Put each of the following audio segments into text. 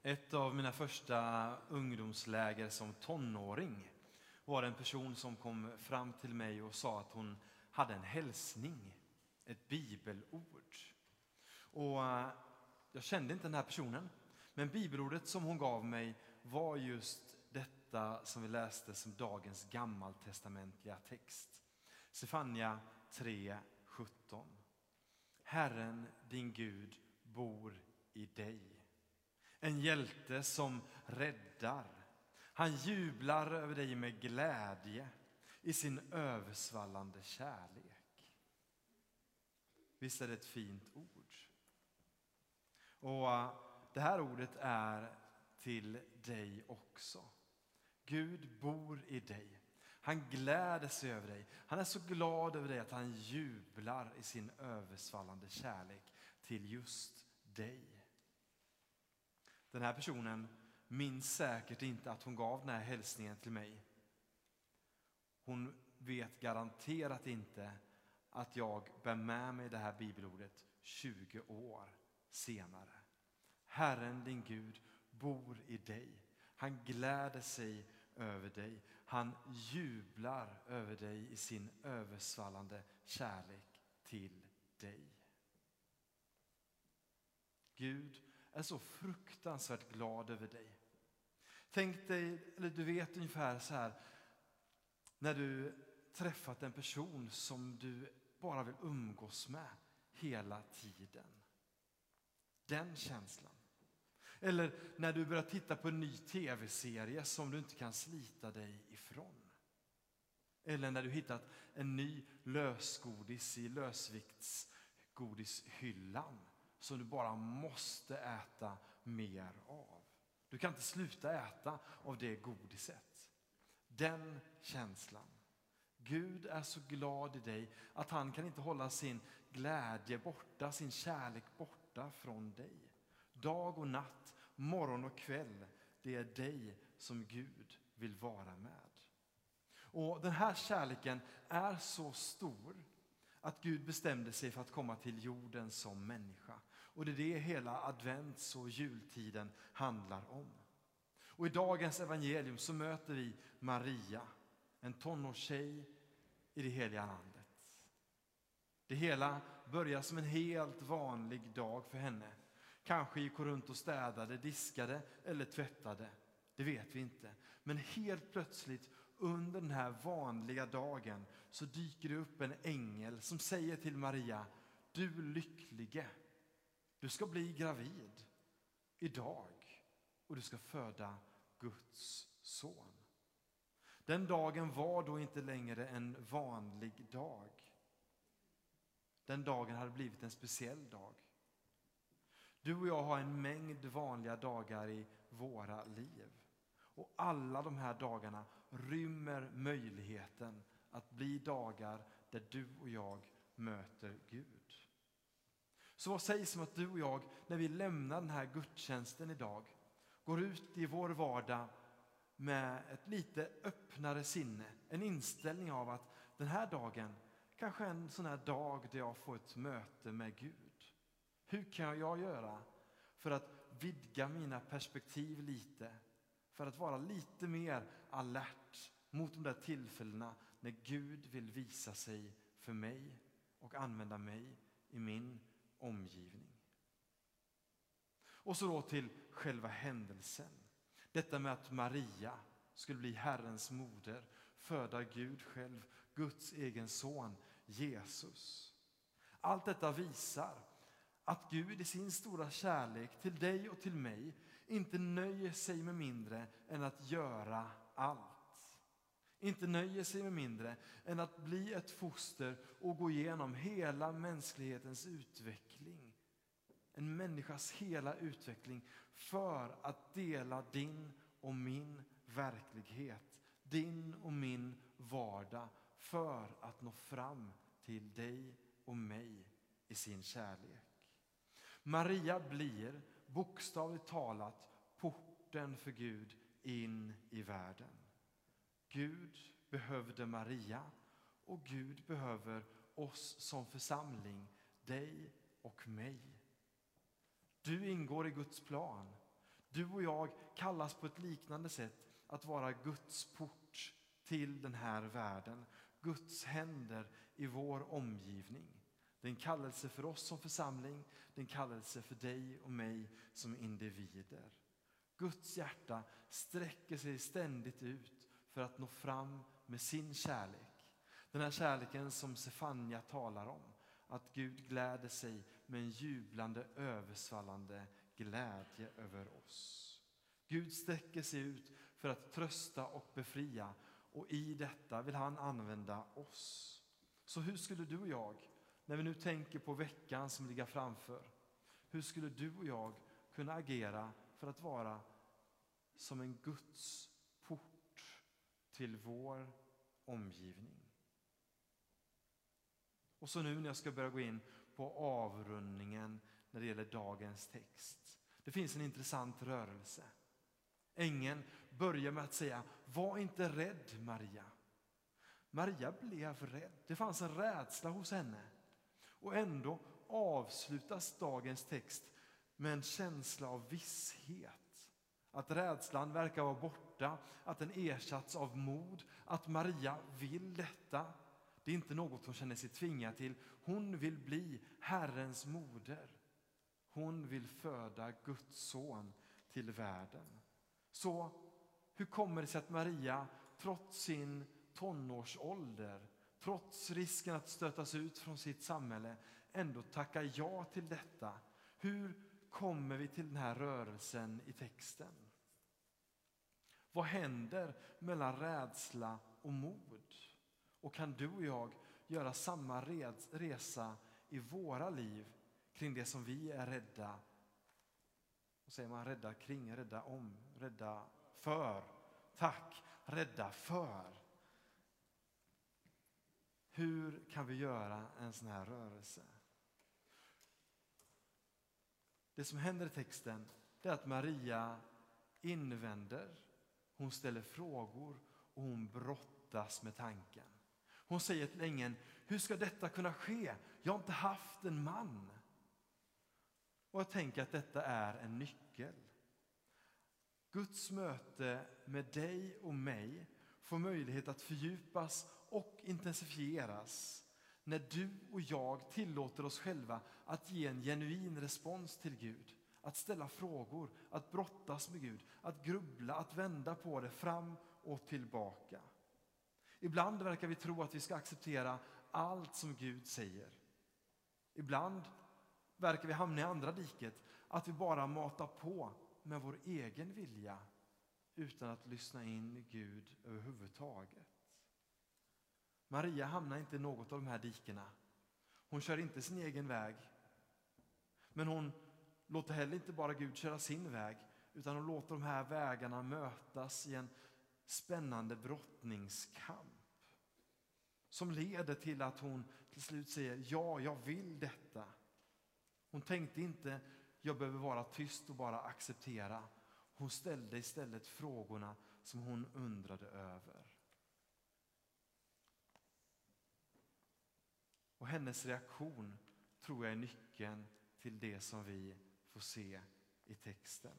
Ett av mina första ungdomsläger som tonåring var det en person som kom fram till mig och sa att hon hade en hälsning, ett bibelord. Och jag kände inte den här personen, men bibelordet som hon gav mig var just detta som vi läste som dagens gammaltestamentliga text. Sefania 3:17. Herren din Gud bor i dig. En hjälte som räddar. Han jublar över dig med glädje i sin översvallande kärlek. Visst är det ett fint ord? Och det här ordet är till dig också. Gud bor i dig. Han gläder sig över dig. Han är så glad över dig att han jublar i sin översvallande kärlek till just dig. Den här personen minns säkert inte att hon gav den här hälsningen till mig. Hon vet garanterat inte att jag bär med mig det här bibelordet 20 år senare. Herren din Gud bor i dig. Han gläder sig över dig. Han jublar över dig i sin översvallande kärlek till dig. Gud är så fruktansvärt glad över dig. Tänk dig, eller du vet ungefär så här, när du träffat en person som du bara vill umgås med hela tiden. Den känslan. Eller när du börjar titta på en ny tv-serie som du inte kan slita dig ifrån. Eller när du hittat en ny lösgodis i lösviktsgodishyllan som du bara måste äta mer av. Du kan inte sluta äta av det godiset. Den känslan. Gud är så glad i dig att han kan inte hålla sin glädje borta, sin kärlek borta från dig. Dag och natt, morgon och kväll, det är dig som Gud vill vara med. Och den här kärleken är så stor att Gud bestämde sig för att komma till jorden som människa. Och det är det hela advents- och jultiden handlar om. Och i dagens evangelium så möter vi Maria, en tonårstjej i det heliga landet. Det hela börjar som en helt vanlig dag för henne. Kanske gick hon runt och städade, diskade eller tvättade. Det vet vi inte. Men helt plötsligt under den här vanliga dagen så dyker det upp en ängel som säger till Maria: du lycklige, du ska bli gravid idag och du ska föda Guds son. Den dagen var då inte längre en vanlig dag. Den dagen hade blivit en speciell dag. Du och jag har en mängd vanliga dagar i våra liv. Och alla de här dagarna rymmer möjligheten att bli dagar där du och jag möter Gud. Så vad sägs om att du och jag, när vi lämnar den här gudstjänsten idag, går ut i vår vardag med ett lite öppnare sinne. En inställning av att den här dagen kanske är en sån här dag där jag får ett möte med Gud. Hur kan jag göra för att vidga mina perspektiv lite? För att vara lite mer alert mot de där tillfällena när Gud vill visa sig för mig och använda mig i min omgivning. Och så då till själva händelsen. Detta med att Maria skulle bli Herrens moder, föda Gud själv, Guds egen son, Jesus. Allt detta visar att Gud i sin stora kärlek till dig och till mig inte nöjer sig med mindre än att göra allt. Inte nöjer sig med mindre än att bli ett foster och gå igenom hela mänsklighetens utveckling. En människas hela utveckling för att dela din och min verklighet, din och min vardag, för att nå fram till dig och mig i sin kärlek. Maria blir bokstavligt talat porten för Gud in i världen. Gud behövde Maria och Gud behöver oss som församling, dig och mig. Du ingår i Guds plan. Du och jag kallas på ett liknande sätt att vara Guds port till den här världen. Guds händer i vår omgivning. Det är en kallelse för oss som församling, det är en kallelse för dig och mig som individer. Guds hjärta sträcker sig ständigt ut för att nå fram med sin kärlek. Den här kärleken som Sefania talar om. Att Gud gläder sig med en jublande, översvallande glädje över oss. Gud sträcker sig ut för att trösta och befria. Och i detta vill han använda oss. Så hur skulle du och jag, när vi nu tänker på veckan som ligger framför. Hur skulle du och jag kunna agera för att vara som en Guds port till vår omgivning? Och så nu när jag ska börja gå in på avrundningen när det gäller dagens text. Det finns en intressant rörelse. Ängeln börjar med att säga, var inte rädd Maria. Maria blev rädd. Det fanns en rädsla hos henne. Och ändå avslutas dagens text med en känsla av visshet. Att rädslan verkar vara borta, att den ersatts av mod, att Maria vill detta. Det är inte något hon känner sig tvingad till. Hon vill bli Herrens moder. Hon vill föda Guds son till världen. Så hur kommer det sig att Maria, trots sin tonårsålder, trots risken att stötas ut från sitt samhälle, ändå tackar ja till detta? Hur kommer vi till den här rörelsen i texten? Vad händer mellan rädsla och mod? Och kan du och jag göra samma resa i våra liv kring det som vi är rädda? Och säger man rädda kring, rädda om, rädda för. Tack, rädda för. Hur kan vi göra en sån här rörelse? Det som händer i texten är att Maria invänder, hon ställer frågor och hon brottas med tanken. Hon säger till ängeln, hur ska detta kunna ske? Jag har inte haft en man. Och jag tänker att detta är en nyckel. Guds möte med dig och mig får möjlighet att fördjupas och intensifieras när du och jag tillåter oss själva att ge en genuin respons till Gud. Att ställa frågor, att brottas med Gud, att grubbla, att vända på det fram och tillbaka. Ibland verkar vi tro att vi ska acceptera allt som Gud säger. Ibland verkar vi hamna i andra diket, att vi bara matar på med vår egen vilja utan att lyssna in Gud överhuvudtaget. Maria hamnar inte i något av de här dikena. Hon kör inte sin egen väg. Men hon låter heller inte bara Gud köra sin väg, utan hon låter de här vägarna mötas i en spännande brottningskamp som leder till att hon till slut säger, ja, jag vill detta. Hon tänkte inte, jag behöver vara tyst och bara acceptera. Hon ställde istället frågorna som hon undrade över. Och hennes reaktion tror jag är nyckeln till det som vi får se i texten.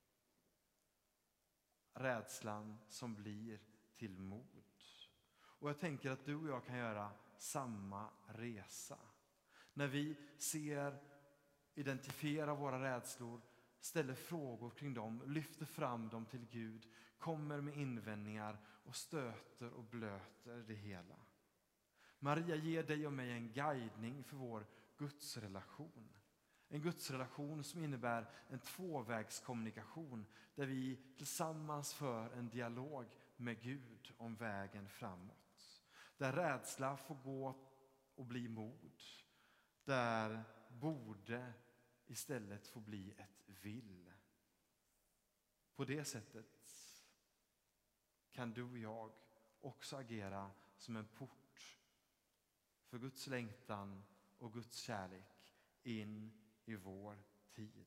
Rädslan som blir till mod. Och jag tänker att du och jag kan göra samma resa. När vi identifierar våra rädslor, ställer frågor kring dem, lyfter fram dem till Gud, kommer med invändningar och stöter och blöter det hela. Maria ger dig och mig en guidning för vår gudsrelation. En gudsrelation som innebär en tvåvägskommunikation där vi tillsammans för en dialog med Gud om vägen framåt. Där rädsla får gå och bli mod. Där borde istället få bli ett vill. På det sättet kan du och jag också agera som en port för Guds längtan och Guds kärlek in i vår tid.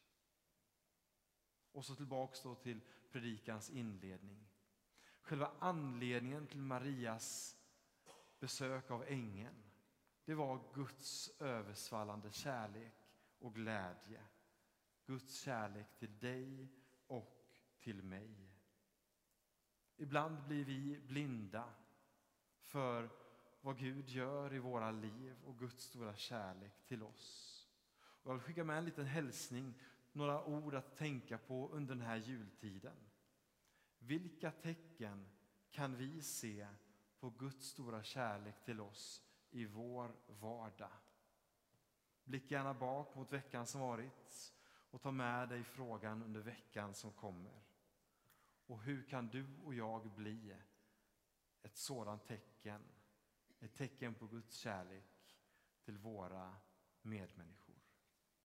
Och så tillbaks då till predikans inledning. Själva anledningen till Marias besök av ängeln, det var Guds översvallande kärlek och glädje. Guds kärlek till dig och till mig. Ibland blir vi blinda för vad Gud gör i våra liv och Guds stora kärlek till oss. Och jag vill skicka med en liten hälsning, några ord att tänka på under den här jultiden. Vilka tecken kan vi se på Guds stora kärlek till oss i vår vardag? Blicka gärna bak mot veckan som varit och ta med dig frågan under veckan som kommer. Och hur kan du och jag bli ett sådant tecken, ett tecken på Guds kärlek till våra medmänniskor?